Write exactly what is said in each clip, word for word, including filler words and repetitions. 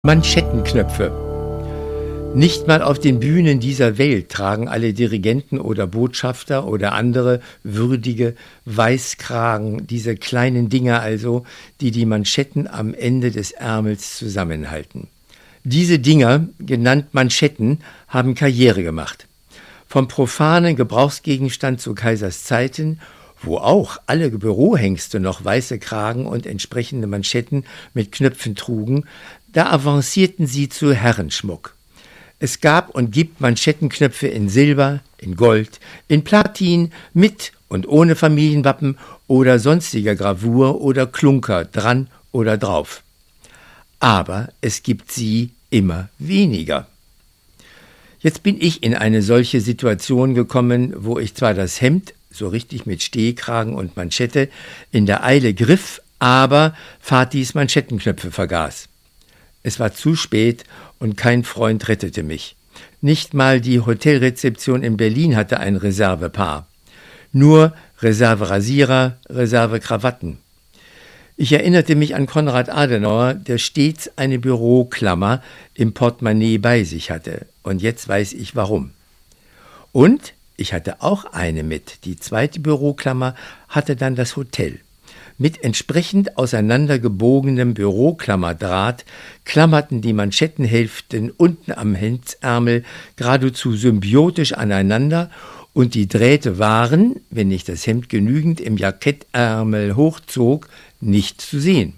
Manschettenknöpfe. Nicht mal auf den Bühnen dieser Welt tragen alle Dirigenten oder Botschafter oder andere würdige Weißkragen, diese kleinen Dinger also, die die Manschetten am Ende des Ärmels zusammenhalten. Diese Dinger, genannt Manschetten, haben Karriere gemacht. Vom profanen Gebrauchsgegenstand zu Kaisers Zeiten, wo auch alle Bürohengste noch weiße Kragen und entsprechende Manschetten mit Knöpfen trugen, da avancierten sie zu Herrenschmuck. Es gab und gibt Manschettenknöpfe in Silber, in Gold, in Platin, mit und ohne Familienwappen oder sonstiger Gravur oder Klunker dran oder drauf. Aber es gibt sie immer weniger. Jetzt bin ich in eine solche Situation gekommen, wo ich zwar das Hemd, so richtig mit Stehkragen und Manschette, in der Eile griff, aber Vatis Manschettenknöpfe vergaß. Es war zu spät und kein Freund rettete mich. Nicht mal die Hotelrezeption in Berlin hatte ein Reservepaar. Nur Reserverasierer, Reservekrawatten. Ich erinnerte mich an Konrad Adenauer, der stets eine Büroklammer im Portemonnaie bei sich hatte. Und jetzt weiß ich warum. Und ich hatte auch eine mit. Die zweite Büroklammer hatte dann das Hotel. Mit entsprechend auseinandergebogenem Büroklammerdraht klammerten die Manschettenhälften unten am Hemdsärmel geradezu symbiotisch aneinander und die Drähte waren, wenn ich das Hemd genügend im Jackettärmel hochzog, nicht zu sehen.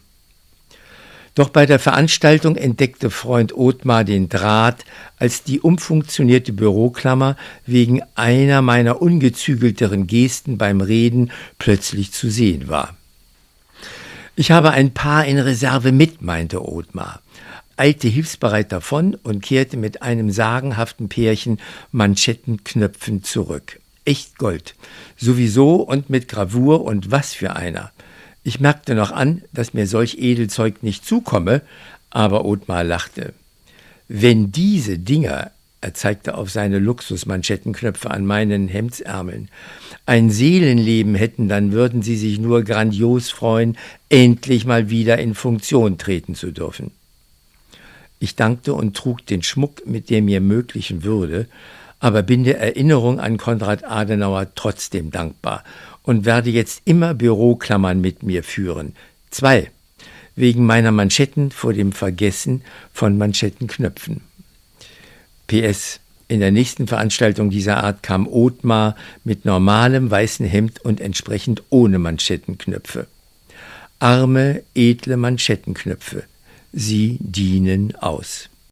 Doch bei der Veranstaltung entdeckte Freund Othmar den Draht, als die umfunktionierte Büroklammer wegen einer meiner ungezügelteren Gesten beim Reden plötzlich zu sehen war. »Ich habe ein Paar in Reserve mit«, meinte Othmar, eilte hilfsbereit davon und kehrte mit einem sagenhaften Pärchen Manschettenknöpfen zurück. Echt Gold, sowieso und mit Gravur und was für einer. Ich merkte noch an, dass mir solch Edelzeug nicht zukomme, aber Othmar lachte. »Wenn diese Dinger«, er zeigte auf seine Luxusmanschettenknöpfe an meinen Hemdsärmeln, »ein Seelenleben hätten, dann würden sie sich nur grandios freuen, endlich mal wieder in Funktion treten zu dürfen.« Ich dankte und trug den Schmuck mit der mir möglichen Würde, aber bin der Erinnerung an Konrad Adenauer trotzdem dankbar und werde jetzt immer Büroklammern mit mir führen. Zwei, wegen meiner Manschetten vor dem Vergessen von Manschettenknöpfen. P S. In der nächsten Veranstaltung dieser Art kam Othmar mit normalem weißen Hemd und entsprechend ohne Manschettenknöpfe. Arme, edle Manschettenknöpfe. Sie dienen aus.